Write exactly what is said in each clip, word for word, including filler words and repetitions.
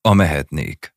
A mehetnék.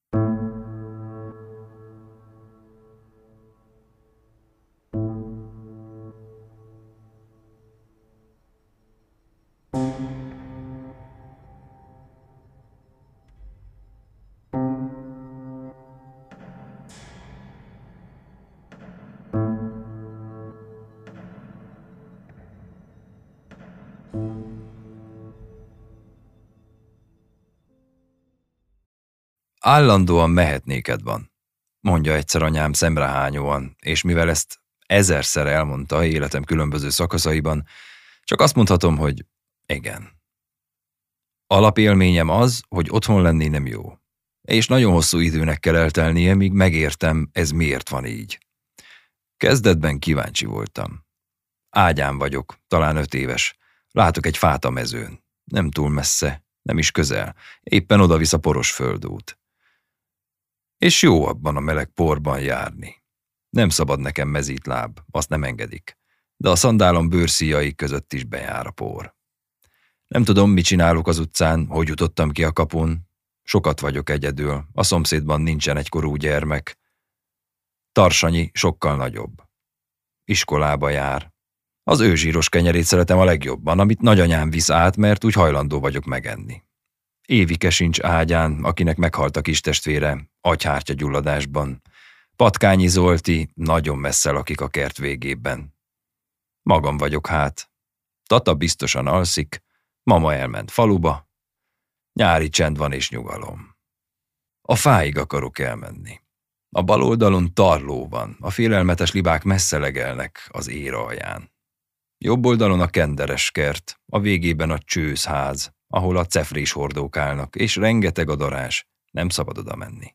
Állandóan mehetnéked van, mondja egyszer anyám szemrehányóan, és mivel ezt ezerszer elmondta életem különböző szakaszaiban, csak azt mondhatom, hogy igen. Alapélményem az, hogy otthon lenni nem jó, és nagyon hosszú időnek kell eltelnie, míg megértem, ez miért van így. Kezdetben kíváncsi voltam. Ágyán vagyok, talán öt éves. Látok egy fát a mezőn. Nem túl messze, nem is közel. Éppen oda-visz a poros földút. És jó abban a meleg porban járni. Nem szabad nekem mezítláb, azt nem engedik. De a szandálom bőrszíjai között is bejár a por. Nem tudom, mit csinálok az utcán, hogy jutottam ki a kapun. Sokat vagyok egyedül, a szomszédban nincsen egykorú gyermek. Tarsanyi sokkal nagyobb. Iskolába jár. Az őzsíros kenyerét szeretem a legjobban, amit nagyanyám visz át, mert úgy hajlandó vagyok megenni. Évike sincs ágyán, akinek meghalt a kistestvére, agyhártya gyulladásban. Patkányi Zolti nagyon messze lakik a kert végében. Magam vagyok hát. Tata biztosan alszik, mama elment faluba. Nyári csend van és nyugalom. A fáig akarok elmenni. A bal oldalon tarló van, a félelmetes libák messze legelnek az ér alján. Jobb oldalon a kenderes kert, a végében a csőszház, ahol a cefrés hordók állnak, és rengeteg a darázs, nem szabad oda menni.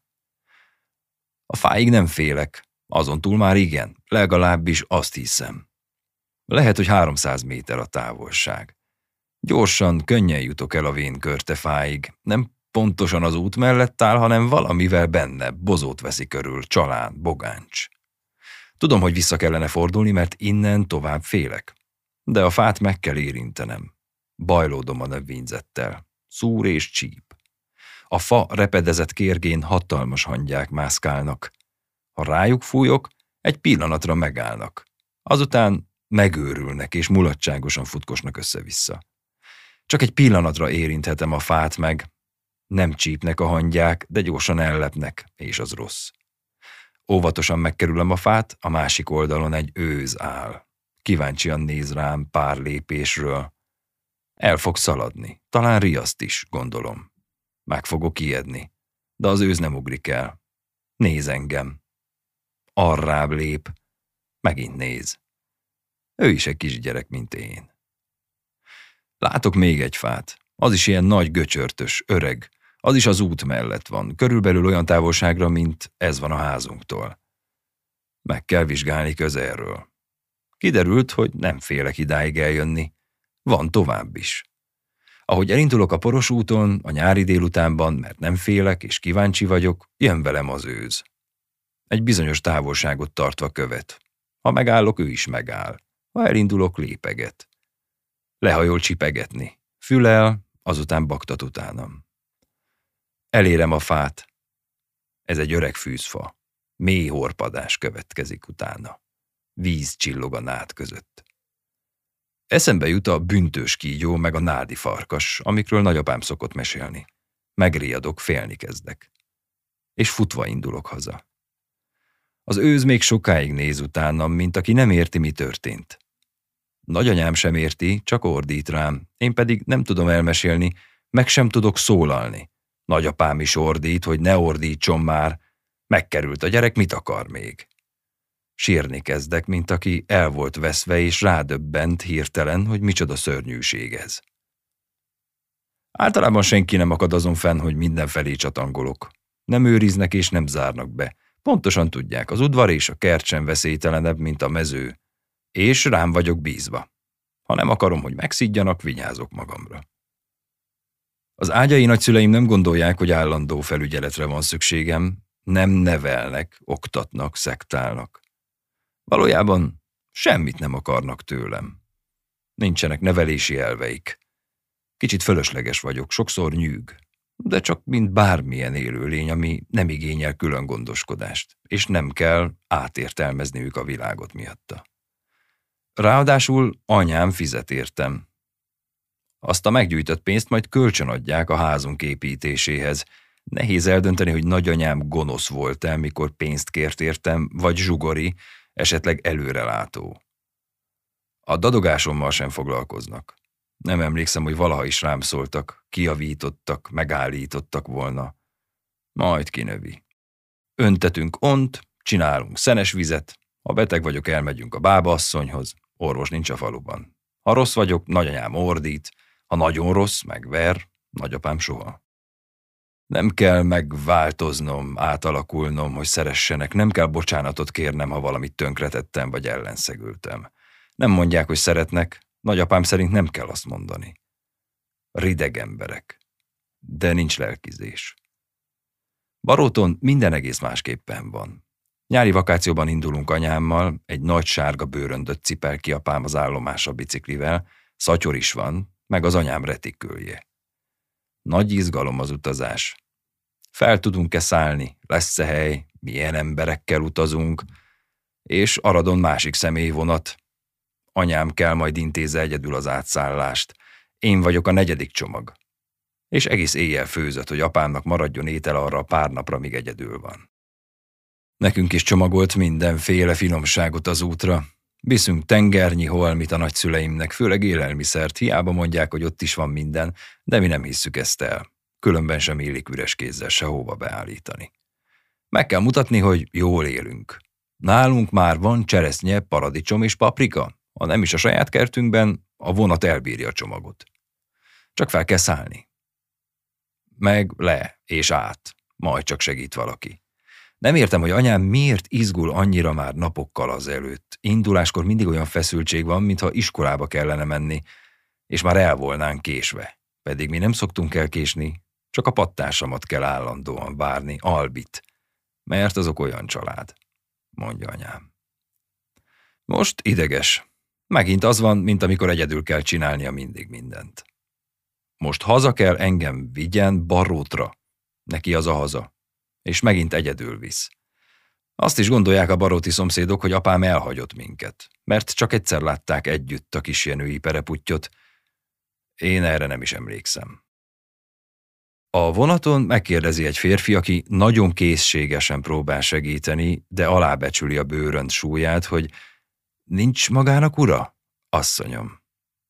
A fáig nem félek, azon túl már igen, legalábbis azt hiszem. Lehet, hogy háromszáz méter a távolság. Gyorsan, könnyen jutok el a vénkörte fáig, nem pontosan az út mellett áll, hanem valamivel benne, bozót veszi körül, csalán, bogáncs. Tudom, hogy vissza kellene fordulni, mert innen tovább félek. De a fát meg kell érintenem. Bajlódom a növényzettel. Szúr és csíp. A fa repedezett kérgén hatalmas hangyák mászkálnak. Ha rájuk fújok, egy pillanatra megállnak. Azután megőrülnek és mulatságosan futkosnak össze-vissza. Csak egy pillanatra érinthetem a fát meg. Nem csípnek a hangyák, de gyorsan ellepnek, és az rossz. Óvatosan megkerülöm a fát, a másik oldalon egy őz áll. Kíváncsian néz rám pár lépésről. El fog szaladni, talán riaszt is, gondolom. Meg fogok ijedni, de az őz nem ugrik el. Néz engem. Arrább lép. Megint néz. Ő is egy kisgyerek, mint én. Látok még egy fát. Az is ilyen nagy göcsörtös, öreg. Az is az út mellett van, körülbelül olyan távolságra, mint ez van a házunktól. Meg kell vizsgálni közelről. Kiderült, hogy nem félek idáig eljönni. Van tovább is. Ahogy elindulok a poros úton, a nyári délutánban, mert nem félek és kíváncsi vagyok, jön velem az őz. Egy bizonyos távolságot tartva követ. Ha megállok, ő is megáll. Ha elindulok, lépeget. Lehajol csipegetni. Fülel, azután baktat utánam. Elérem a fát. Ez egy öreg fűzfa. Mély horpadás következik utána. Víz csillog a nád között. Eszembe jut a büntős kígyó meg a nádi farkas, amikről nagyapám szokott mesélni. Megriadok, félni kezdek. És futva indulok haza. Az őz még sokáig néz utánam, mint aki nem érti, mi történt. Nagyanyám sem érti, csak ordít rám, én pedig nem tudom elmesélni, meg sem tudok szólalni. Nagyapám is ordít, hogy ne ordítson már. Megkerült a gyerek, mit akar még? Sírni kezdek, mint aki el volt veszve, és rádöbbent hirtelen, hogy micsoda szörnyűség ez. Általában senki nem akad azon fenn, hogy mindenfelé csatangolok. Nem őriznek és nem zárnak be. Pontosan tudják, az udvar és a kert sem veszélytelenebb, mint a mező. És rám vagyok bízva. Ha nem akarom, hogy megszidjanak, vigyázok magamra. Az ágyai nagyszüleim nem gondolják, hogy állandó felügyeletre van szükségem, nem nevelnek, oktatnak, szektálnak. Valójában semmit nem akarnak tőlem. Nincsenek nevelési elveik. Kicsit fölösleges vagyok, sokszor nyűg. de csak mint bármilyen élőlény, ami nem igényel külön gondoskodást, és nem kell átértelmezniük a világot miatta. Ráadásul anyám fizet értem. Azt a meggyűjtött pénzt majd kölcsönadják a házunk építéséhez. Nehéz eldönteni, hogy nagyanyám gonosz volt-e, mikor pénzt kért értem, vagy zsugori, esetleg előrelátó. A dadogásommal sem foglalkoznak. Nem emlékszem, hogy valaha is rám szóltak, kijavítottak, megállítottak volna. Majd kinövi. Öntetünk ont, csinálunk szenes vizet, ha beteg vagyok, elmegyünk a bábaasszonyhoz, orvos nincs a faluban. Ha rossz vagyok, nagyanyám ordít, ha nagyon rossz, megver, nagyapám soha. Nem kell megváltoznom, átalakulnom, hogy szeressenek, nem kell bocsánatot kérnem, ha valamit tönkretettem vagy ellenszegültem. Nem mondják, hogy szeretnek, nagyapám szerint nem kell azt mondani. Rideg emberek, de nincs lelkizés. Baróton minden egész másképpen van. Nyári vakációban indulunk anyámmal, egy nagy sárga bőröndöt cipel ki apám az állomásra biciklivel, szatyor is van, meg az anyám retikülje. Nagy izgalom az utazás. Fel tudunk-e szállni, lesz-e hely, milyen emberekkel utazunk, és Aradon másik személyvonat. Anyám kell majd intézze egyedül az átszállást. Én vagyok a negyedik csomag. És egész éjjel főzött, hogy apámnak maradjon étel arra a pár napra, míg egyedül van. Nekünk is csomagolt mindenféle finomságot az útra. Viszünk tengernyi holmit a nagyszüleimnek, főleg élelmiszert, hiába mondják, hogy ott is van minden, de mi nem hisszük ezt el. Különben sem illik üres kézzel sehova beállítani. Meg kell mutatni, hogy jól élünk. Nálunk már van cseresznye, paradicsom és paprika. Ha nem is a saját kertünkben, a vonat elbírja a csomagot. Csak fel kell szállni. Meg le és át, majd csak segít valaki. Nem értem, hogy anyám miért izgul annyira már napokkal azelőtt. Induláskor mindig olyan feszültség van, mintha iskolába kellene menni, és már el volnánk késve. Pedig mi nem szoktunk elkésni, csak a pattársamat kell állandóan várni, Albit, mert azok olyan család, mondja anyám. Most ideges. Megint az van, mint amikor egyedül kell csinálnia mindig mindent. Most haza kell engem vigyen Barótra. Neki az a haza. És megint egyedül visz. Azt is gondolják a baróti szomszédok, hogy apám elhagyott minket, mert csak egyszer látták együtt a kisjenői pereputtyot. Én erre nem is emlékszem. A vonaton megkérdezi egy férfi, aki nagyon készségesen próbál segíteni, de alábecsüli a bőrönd súlyát, hogy nincs magának ura, asszonyom.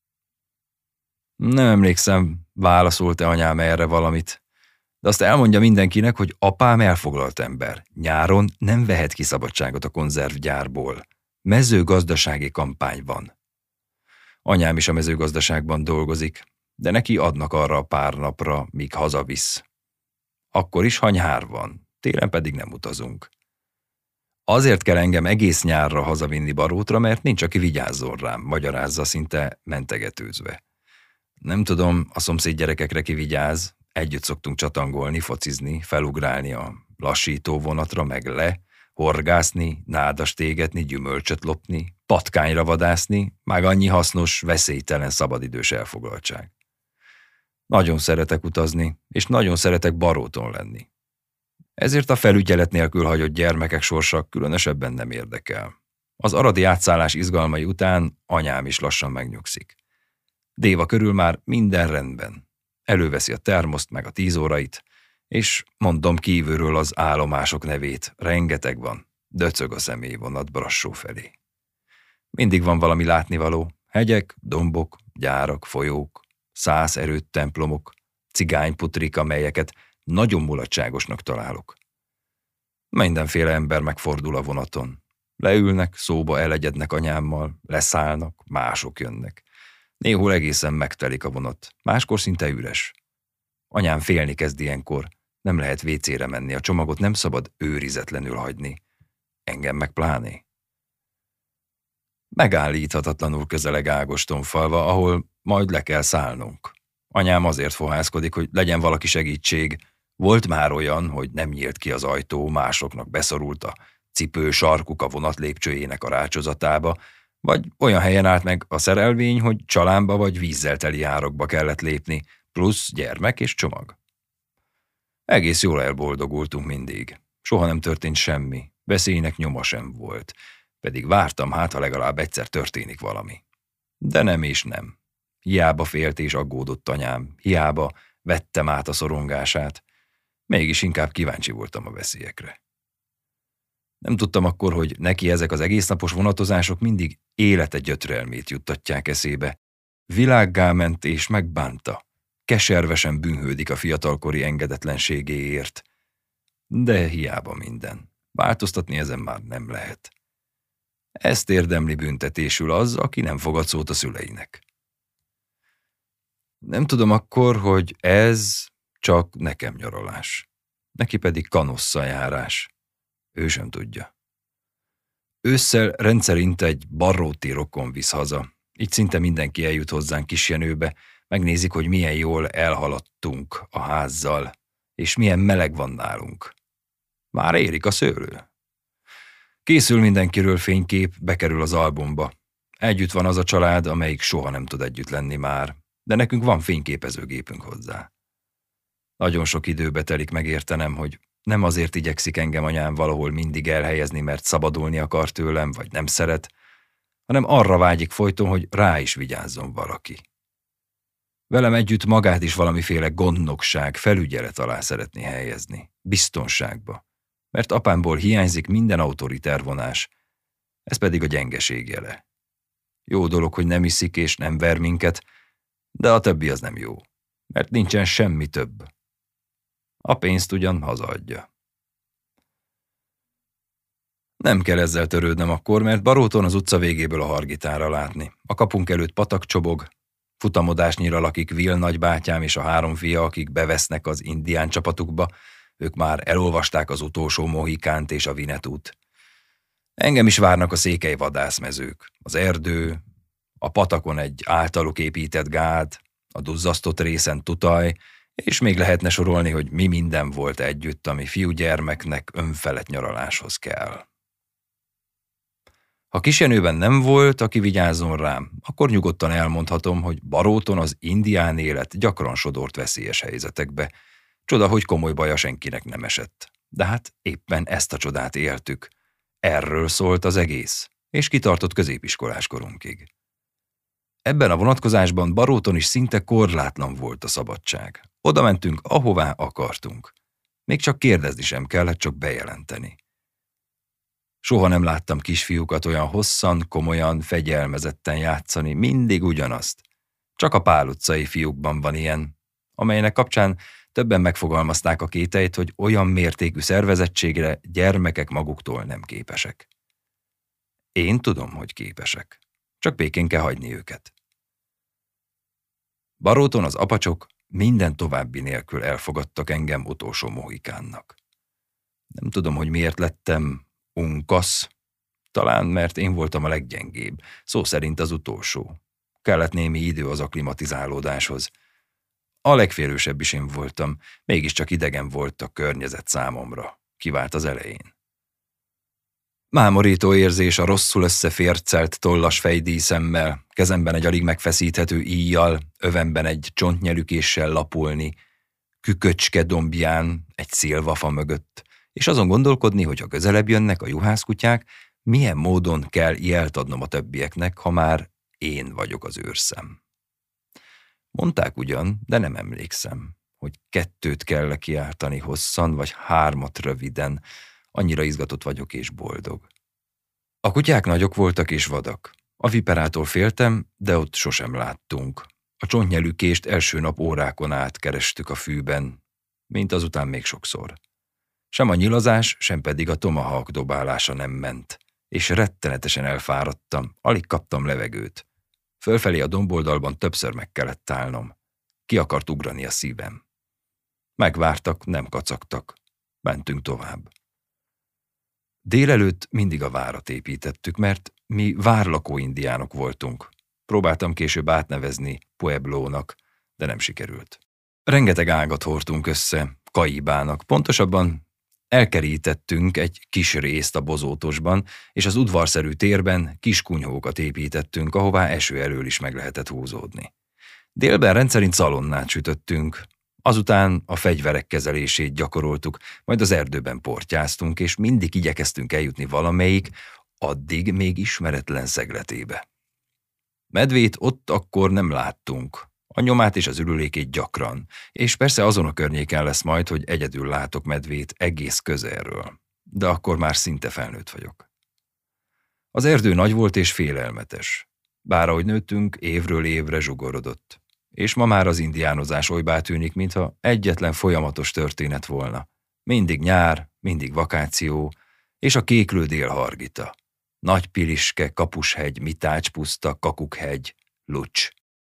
Nem emlékszem, válaszolta anyám erre valamit. De azt elmondja mindenkinek, hogy apám elfoglalt ember. Nyáron nem vehet ki szabadságot a konzervgyárból. Mezőgazdasági kampány van. Anyám is a mezőgazdaságban dolgozik, de neki adnak arra a pár napra, míg hazavisz. Akkor is, ha nyár van, télen pedig nem utazunk. Azért kell engem egész nyárra hazavinni Barótra, mert nincs, aki vigyázzon rám, magyarázza szinte mentegetőzve. Nem tudom, a szomszéd gyerekekre ki vigyáz. Együtt szoktunk csatangolni, focizni, felugrálni a lassító vonatra, meg le, horgászni, nádast égetni, gyümölcsöt lopni, patkányra vadászni, meg annyi hasznos, veszélytelen szabadidős elfoglaltság. Nagyon szeretek utazni, és nagyon szeretek Baróton lenni. Ezért a felügyelet nélkül hagyott gyermekek sorsa különösebben nem érdekel. Az aradi átszállás izgalmai után anyám is lassan megnyugszik. Déva körül már minden rendben. Előveszi a termoszt meg a tíz órait, és mondom kívülről az állomások nevét, rengeteg van, döcög a személyvonat Brassó felé. Mindig van valami látnivaló, hegyek, dombok, gyárak, folyók, száz erőt templomok, cigányputrik, amelyeket nagyon mulatságosnak találok. Mindenféle ember megfordul a vonaton. Leülnek, szóba elegyednek anyámmal, leszállnak, mások jönnek. Néhol egészen megtelik a vonat, máskor szinte üres. Anyám félni kezd ilyenkor, nem lehet vécére menni, a csomagot nem szabad őrizetlenül hagyni. Engem meg pláné. Megállíthatatlanul közeleg Ágostonfalva, ahol majd le kell szállnunk. Anyám azért fohászkodik, hogy legyen valaki segítség. Volt már olyan, hogy nem nyílt ki az ajtó, másoknak beszorult a cipő sarkuk a vonat lépcsőjének a rácsozatába, vagy olyan helyen állt meg a szerelvény, hogy csalánba vagy vízzel teli árokba kellett lépni, plusz gyermek és csomag. Egész jól elboldogultunk mindig. Soha nem történt semmi, veszélynek nyoma sem volt. Pedig vártam, hát ha legalább egyszer történik valami. De nem és nem. Hiába félt és aggódott anyám, hiába vettem át a szorongását. Mégis inkább kíváncsi voltam a veszélyekre. Nem tudtam akkor, hogy neki ezek az egésznapos vonatozások mindig élete gyötrelmét juttatják eszébe. Világgá ment és megbánta. Keservesen bűnhődik a fiatalkori engedetlenségéért. De hiába minden. Változtatni ezen már nem lehet. Ezt érdemli büntetésül az, aki nem fogad szót a szüleinek. Nem tudom akkor, hogy ez csak nekem nyaralás. Neki pedig kanosszajárás. Ő sem tudja. Ősszel rendszerint egy barróti rokon visz haza. Itt szinte mindenki eljut hozzánk Kisjenőbe, megnézik, hogy milyen jól elhaladtunk a házzal, és milyen meleg van nálunk. Már érik a szőlő. Készül mindenkiről fénykép, bekerül az albumba. Együtt van az a család, amelyik soha nem tud együtt lenni már, de nekünk van fényképezőgépünk hozzá. Nagyon sok időbe telik megértenem, hogy nem azért igyekszik engem anyám valahol mindig elhelyezni, mert szabadulni akar tőlem, vagy nem szeret, hanem arra vágyik folyton, hogy rá is vigyázzon valaki. Velem együtt magát is valamiféle gondnokság, felügyelet alá szeretné helyezni, biztonságba, mert apámból hiányzik minden autoriter vonás, ez pedig a gyengeség jele. Jó dolog, hogy nem iszik és nem ver minket, de a többi az nem jó, mert nincsen semmi több. A pénzt ugyan hazaadja. Nem kell ezzel törődnem akkor, mert Baróton az utca végéből a Hargitára látni. A kapunk előtt patak csobog, futamodásnyira lakik Will nagybátyám és a három fia, akik bevesznek az indián csapatukba, ők már elolvasták az utolsó Mohikánt és a Vinetút. Engem is várnak a székely vadászmezők, az erdő, a patakon egy általuk épített gád, a duzzasztott részen tutaj, és még lehetne sorolni, hogy mi minden volt együtt, ami fiúgyermeknek önfelett nyaraláshoz kell. Ha Kisjenőben nem volt, aki vigyázzon rám, akkor nyugodtan elmondhatom, hogy Baróton az indián élet gyakran sodort veszélyes helyzetekbe. Csoda, hogy komoly baja senkinek nem esett. De hát éppen ezt a csodát éltük. Erről szólt az egész, és kitartott középiskolás korunkig. Ebben a vonatkozásban Baróton is szinte korlátlan volt a szabadság. Oda mentünk, ahová akartunk. Még csak kérdezni sem kellett, csak bejelenteni. Soha nem láttam kisfiúkat olyan hosszan, komolyan, fegyelmezetten játszani, mindig ugyanazt. Csak a Pál utcai fiúkban van ilyen, amelynek kapcsán többen megfogalmazták a kételyt, hogy olyan mértékű szervezettségre gyermekek maguktól nem képesek. Én tudom, hogy képesek. Csak békén kell hagyni őket. Baróton az apacsok minden további nélkül elfogadtak engem utolsó mohikánnak. Nem tudom, hogy miért lettem unkasz, talán mert én voltam a leggyengébb, szó szerint az utolsó. Kellett némi idő az akklimatizálódáshoz. A legfélősebb is én voltam, mégiscsak idegen volt a környezet számomra, kivált az elején. Mámorító érzés a rosszul összefércelt tollas fejdíszemmel, kezemben egy alig megfeszíthető íjjal, övemben egy csontnyelükéssel lapulni, küköcske dombján, egy szilvafa mögött, és azon gondolkodni, hogy ha közelebb jönnek a juhászkutyák, milyen módon kell jelt adnom a többieknek, ha már én vagyok az őrszem. Mondták ugyan, de nem emlékszem, hogy kettőt kell kiáltani hosszan, vagy hármat röviden, annyira izgatott vagyok és boldog. A kutyák nagyok voltak és vadak. A viperától féltem, de ott sosem láttunk. A csontnyelükést első nap órákon át kerestük a fűben, mint azután még sokszor. Sem a nyilazás, sem pedig a tomahawk dobálása nem ment, és rettenetesen elfáradtam, alig kaptam levegőt. Fölfelé a domboldalban többször meg kellett állnom. Ki akart ugrani a szívem. Megvártak, nem kacagtak. Mentünk tovább. Délelőtt mindig a várat építettük, mert mi várlakó indiánok voltunk. Próbáltam később átnevezni Pueblónak, de nem sikerült. Rengeteg ágat hordtunk össze, kaibának, pontosabban elkerítettünk egy kis részt a bozótosban, és az udvarszerű térben kis kunyhókat építettünk, ahová eső elől is meg lehetett húzódni. Délben rendszerint szalonnát sütöttünk, Azután a fegyverek kezelését gyakoroltuk, majd az erdőben portyáztunk, és mindig igyekeztünk eljutni valamelyik, addig még ismeretlen szegletébe. Medvét ott akkor nem láttunk, a nyomát és az ürülékét gyakran, és persze azon a környéken lesz majd, hogy egyedül látok medvét egész közelről, de akkor már szinte felnőtt vagyok. Az erdő nagy volt és félelmetes, bár ahogy nőttünk, évről évre zsugorodott, és ma már az indiánozás olybá tűnik, mintha egyetlen folyamatos történet volna. Mindig nyár, mindig vakáció, és a kéklő dél hargita. Nagypiriske, Kapushegy, Mitácspuszta, Kakukhegy, Lucs.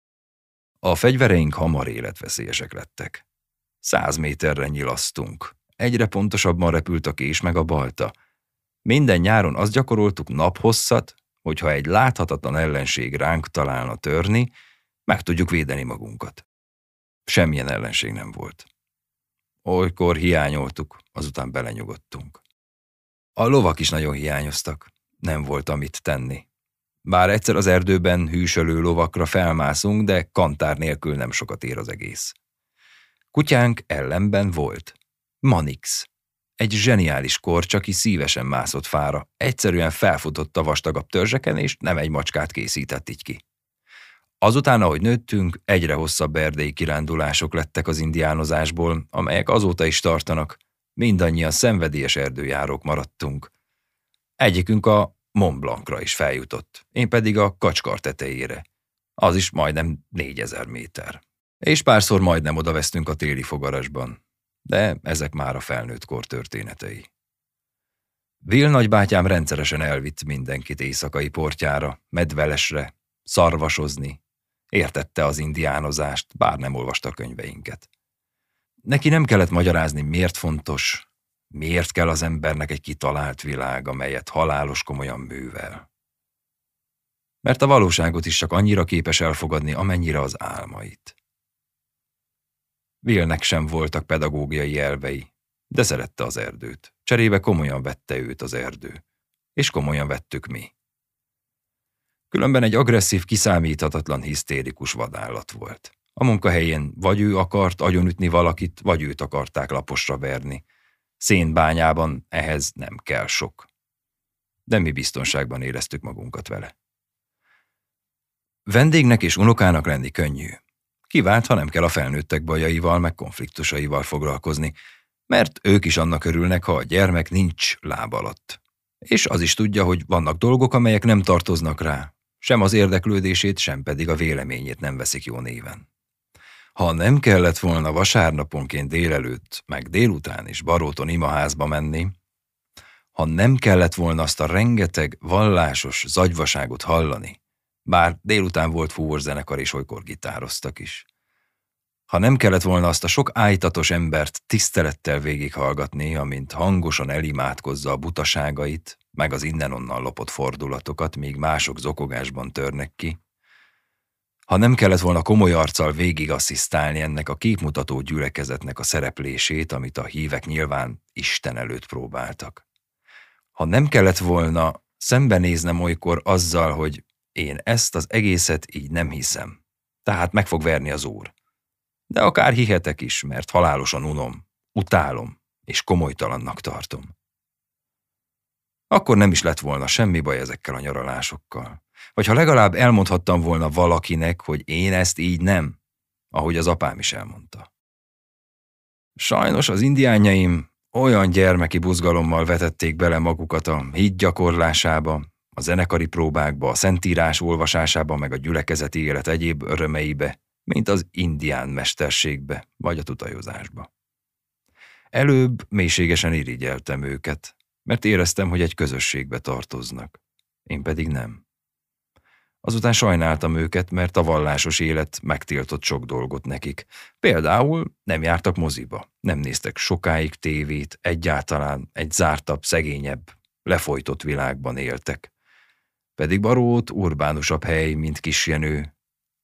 A fegyvereink hamar életveszélyesek lettek. Száz méterre nyilasztunk. Egyre pontosabban repült a kés meg a balta. Minden nyáron azt gyakoroltuk naphosszat, hogyha egy láthatatlan ellenség ránk találna törni, meg tudjuk védeni magunkat. Semmilyen ellenség nem volt. Olykor hiányoltuk, azután belenyugodtunk. A lovak is nagyon hiányoztak. Nem volt amit tenni. Bár egyszer az erdőben hűsölő lovakra felmászunk, de kantár nélkül nem sokat ér az egész. Kutyánk ellenben volt. Manix. Egy zseniális korcs, aki szívesen mászott fára. Egyszerűen felfutott a vastagabb törzseken, és nem egy macskát készített így ki. Azután, ahogy nőttünk, egyre hosszabb erdei kirándulások lettek az indiánozásból, amelyek azóta is tartanak. Mindannyian szenvedélyes erdőjárók maradtunk. Egyikünk a Mont Blancra is feljutott, én pedig a Kacskar tetejére. Az is majdnem négyezer méter. És párszor majdnem odavesztünk a téli fogarasban. De ezek már a felnőtt kor történetei. Will nagybátyám rendszeresen elvitt mindenkit éjszakai portyára, medvelesre, szarvasozni. Értette az indiánozást, bár nem olvasta a könyveinket. Neki nem kellett magyarázni, miért fontos, miért kell az embernek egy kitalált világ, amelyet halálos komolyan művel. Mert a valóságot is csak annyira képes elfogadni, amennyire az álmait. Willnek sem voltak pedagógiai elvei, de szerette az erdőt. Cserébe komolyan vette őt az erdő, és komolyan vettük mi. Különben egy agresszív, kiszámíthatatlan, hisztérikus vadállat volt. A munkahelyén vagy ő akart agyonütni valakit, vagy őt akarták laposra verni. Szénbányában ehhez nem kell sok. De mi biztonságban éreztük magunkat vele. Vendégnek és unokának lenni könnyű. Kivált, ha nem kell a felnőttek bajaival, meg konfliktusaival foglalkozni, mert ők is annak örülnek, ha a gyermek nincs láb alatt. És az is tudja, hogy vannak dolgok, amelyek nem tartoznak rá, sem az érdeklődését, sem pedig a véleményét nem veszik jó néven. Ha nem kellett volna vasárnaponként délelőtt, meg délután is Baróton imaházba menni, ha nem kellett volna azt a rengeteg vallásos zagyvaságot hallani, bár délután volt fúvózenekar és olykor gitároztak is, ha nem kellett volna azt a sok ájtatos embert tisztelettel végighallgatni, amint hangosan elimádkozza a butaságait, meg az innen-onnan lopott fordulatokat, míg mások zokogásban törnek ki, ha nem kellett volna komoly arccal végig asszisztálni ennek a képmutató gyülekezetnek a szereplését, amit a hívek nyilván Isten előtt próbáltak. Ha nem kellett volna szembenéznem olykor azzal, hogy én ezt az egészet így nem hiszem, tehát meg fog verni az Úr. De akár hihetek is, mert halálosan unom, utálom és komolytalannak tartom. Akkor nem is lett volna semmi baj ezekkel a nyaralásokkal. Vagy ha legalább elmondhattam volna valakinek, hogy én ezt így nem, ahogy az apám is elmondta. Sajnos az indiánjaim olyan gyermeki buzgalommal vetették bele magukat a hit gyakorlásába, a zenekari próbákba, a szentírás olvasásába, meg a gyülekezeti élet egyéb örömeibe, mint az indián mesterségbe, vagy a tutajozásba. Előbb mélységesen irigyeltem őket, mert éreztem, hogy egy közösségbe tartoznak. Én pedig nem. Azután sajnáltam őket, mert a vallásos élet megtiltott sok dolgot nekik. Például nem jártak moziba, nem néztek sokáig tévét, egyáltalán egy zártabb, szegényebb, lefolytott világban éltek. Pedig Barót urbánusabb hely, mint Kisjenő.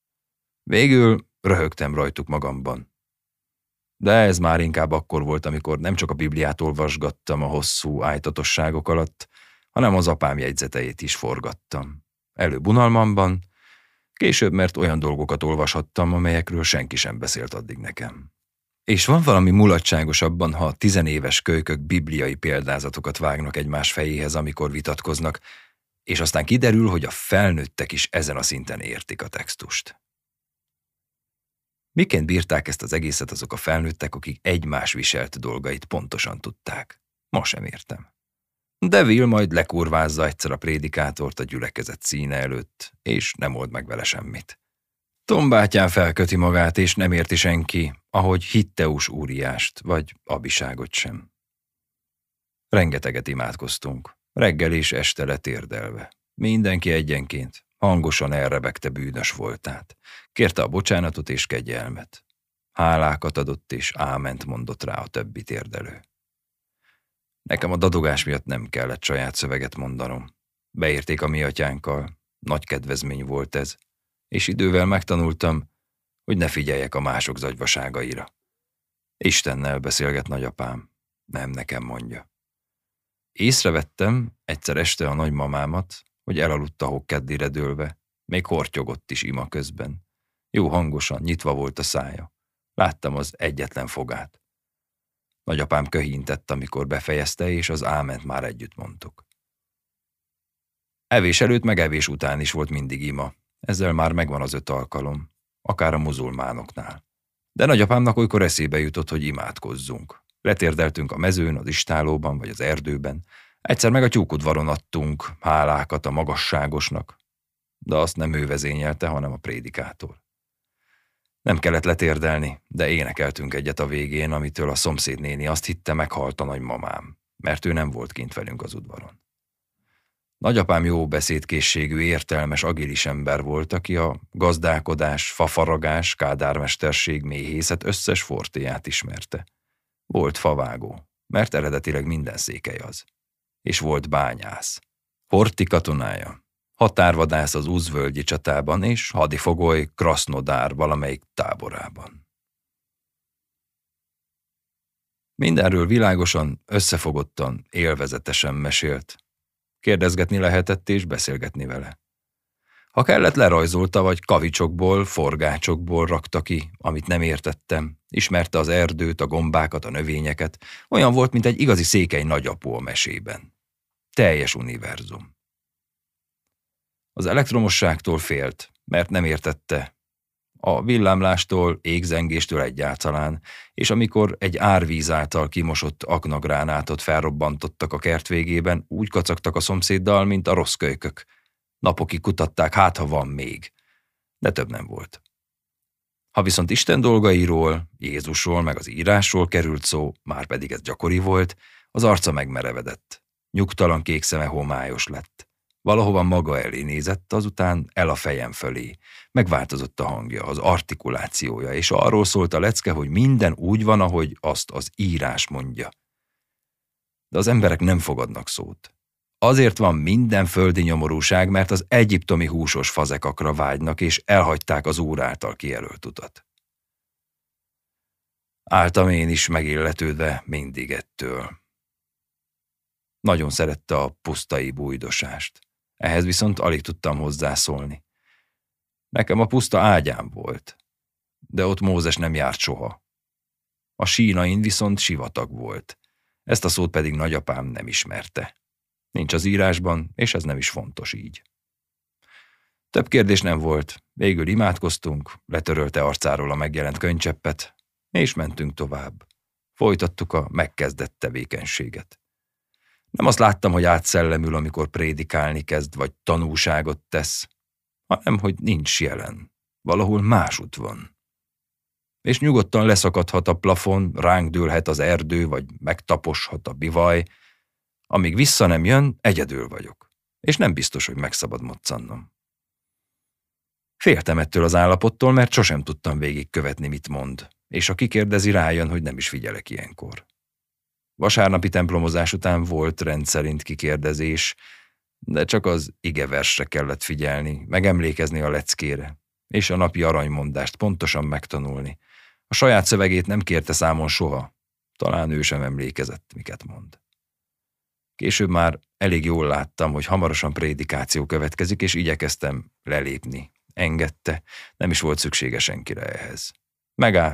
Végül röhögtem rajtuk magamban. De ez már inkább akkor volt, amikor nem csak a Bibliát olvasgattam a hosszú ájtatosságok alatt, hanem az apám jegyzeteit is forgattam. Előbb unalmamban, később, mert olyan dolgokat olvashattam, amelyekről senki sem beszélt addig nekem. És van valami mulatságosabban, ha a tizenéves kölykök bibliai példázatokat vágnak egymás fejéhez, amikor vitatkoznak, és aztán kiderül, hogy a felnőttek is ezen a szinten értik a textust. Miként bírták ezt az egészet azok a felnőttek, akik egymás viselt dolgait pontosan tudták? Ma sem értem. De Will majd lekurvázza egyszer a prédikátort a gyülekezet színe előtt, és nem old meg vele semmit. Tom bátyám felköti magát, és nem érti senki, ahogy Hitteus Úriást, vagy Abiságot sem. Rengeteget imádkoztunk, reggel és este letérdelve. Mindenki egyenként, hangosan elrebegte bűnös voltát. Kérte a bocsánatot és kegyelmet. Hálákat adott és áment mondott rá a többi térdelő. Nekem a dadogás miatt nem kellett saját szöveget mondanom. Beérték a mi atyánkkal, nagy kedvezmény volt ez, és idővel megtanultam, hogy ne figyeljek a mások zagyvaságaira. Istennel beszélget nagyapám, nem nekem mondja. Észrevettem egyszer este a nagymamámat, hogy elaludt a hokkedlire dőlve, még hortyogott is ima közben. Jó hangosan, nyitva volt a szája. Láttam az egyetlen fogát. Nagyapám köhintett, amikor befejezte, és az áment már együtt mondtuk. Evés előtt meg evés után is volt mindig ima. Ezzel már megvan az öt alkalom, akár a muzulmánoknál. De nagyapámnak olykor eszébe jutott, hogy imádkozzunk. Letérdeltünk a mezőn, az istálóban vagy az erdőben. Egyszer meg a tyúkudvaron adtunk hálákat a magasságosnak, de azt nem ő vezényelte, hanem a prédikátor. Nem kellett letérdelni, de énekeltünk egyet a végén, amitől a szomszédnéni azt hitte, meghalt a nagymamám, mert ő nem volt kint velünk az udvaron. Nagyapám jó beszédkészségű, értelmes, agilis ember volt, aki a gazdálkodás, fafaragás, kádármesterség, méhészet összes fortéját ismerte. Volt favágó, mert eredetileg minden székely az. És volt bányász. Horti katonája. Határvadász az Uzvölgyi csatában, és hadifogoly Krasznodár valamelyik táborában. Mindenről világosan, összefogottan, élvezetesen mesélt. Kérdezgetni lehetett és beszélgetni vele. Ha kellett, lerajzolta, vagy kavicsokból, forgácsokból rakta ki, amit nem értettem. Ismerte az erdőt, a gombákat, a növényeket. Olyan volt, mint egy igazi székely nagyapó a mesében. Teljes univerzum. Az elektromosságtól félt, mert nem értette. A villámlástól, égzengéstől egyáltalán, és amikor egy árvíz által kimosott aknagránátot felrobbantottak a kert végében, úgy kacagtak a szomszéddal, mint a rossz kölykök. Napokig kutatták, hát ha van még. De több nem volt. Ha viszont Isten dolgairól, Jézusról meg az írásról került szó, már pedig ez gyakori volt, az arca megmerevedett. Nyugtalan kék szeme homályos lett. Valahova maga elé nézett, azután el a fejem fölé. Megváltozott a hangja, az artikulációja, és arról szólt a lecke, hogy minden úgy van, ahogy azt az írás mondja. De az emberek nem fogadnak szót. Azért van minden földi nyomorúság, mert az egyiptomi húsos fazekakra vágynak, és elhagyták az Úr által kijelölt utat. Álltam én is megilletődve mindig ettől. Nagyon szerette a pusztai bújdosást. Ehhez viszont alig tudtam hozzászólni. Nekem a puszta ágyám volt, de ott Mózes nem járt soha. A sínain viszont sivatag volt. Ezt a szót pedig nagyapám nem ismerte. Nincs az írásban, és ez nem is fontos így. Több kérdés nem volt. Végül imádkoztunk, letörölte arcáról a megjelent könycseppet, és mentünk tovább. Folytattuk a megkezdett tevékenységet. Nem azt láttam, hogy átszellemül, amikor prédikálni kezd, vagy tanúságot tesz, hanem, hogy nincs jelen. Valahol másút van. És nyugodtan leszakadhat a plafon, ránk dőlhet az erdő, vagy megtaposhat a bivaj. Amíg vissza nem jön, egyedül vagyok, és nem biztos, hogy megszabad moccannom. Féltem ettől az állapottól, mert sosem tudtam végigkövetni, mit mond, és ha kikérdezi, rájön, hogy nem is figyelek ilyenkor. Vasárnapi templomozás után volt rendszerint kikérdezés, de csak az igeversre kellett figyelni, megemlékezni a leckére, és a napi aranymondást pontosan megtanulni. A saját szövegét nem kérte számon soha, talán ő sem emlékezett, miket mond. Később már elég jól láttam, hogy hamarosan prédikáció következik, és igyekeztem lelépni. Engedte, nem is volt szüksége senkire ehhez. Megállt,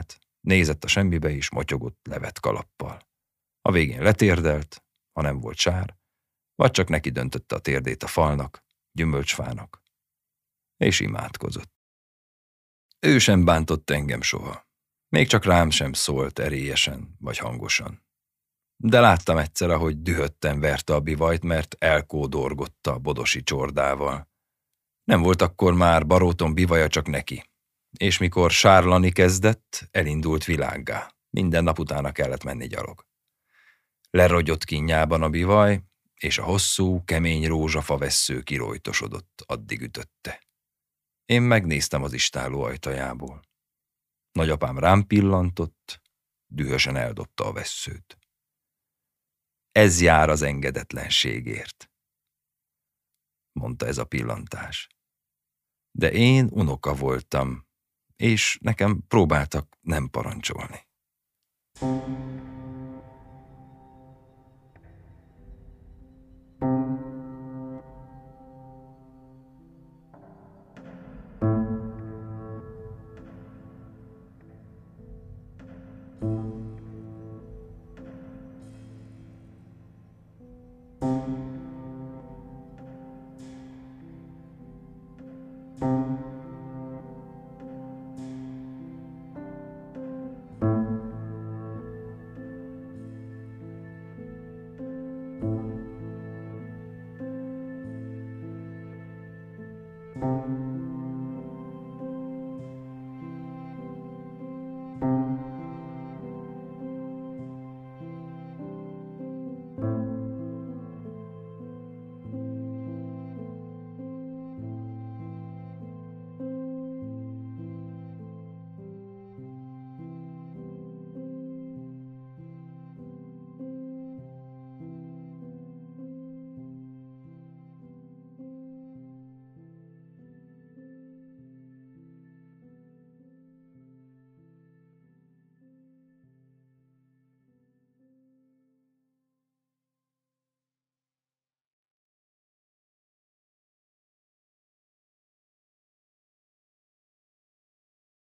Nézett a semmibe és motyogott levet kalappal. A végén letérdelt, ha nem volt sár, vagy csak neki döntötte a térdét a falnak, gyümölcsfának, és imádkozott. Ő sem bántott engem soha. Még csak rám sem szólt erélyesen vagy hangosan. De láttam egyszer, ahogy dühötten verte a bivajt, mert elkódorgotta a bodosi csordával. Nem volt akkor már baróton bivaja, csak neki. És mikor sárlani kezdett, elindult világgá. Minden nap utána kellett menni gyalog. Lerogyott kínjában a bivaj, és a hosszú, kemény rózsafa vessző kirojtosodott, addig ütötte. Én megnéztem az istálló ajtajából. Nagyapám rám pillantott, dühösen eldobta a vesszőt. Ez jár az engedetlenségért, mondta ez a pillantás. De én unoka voltam, és nekem próbáltak nem parancsolni.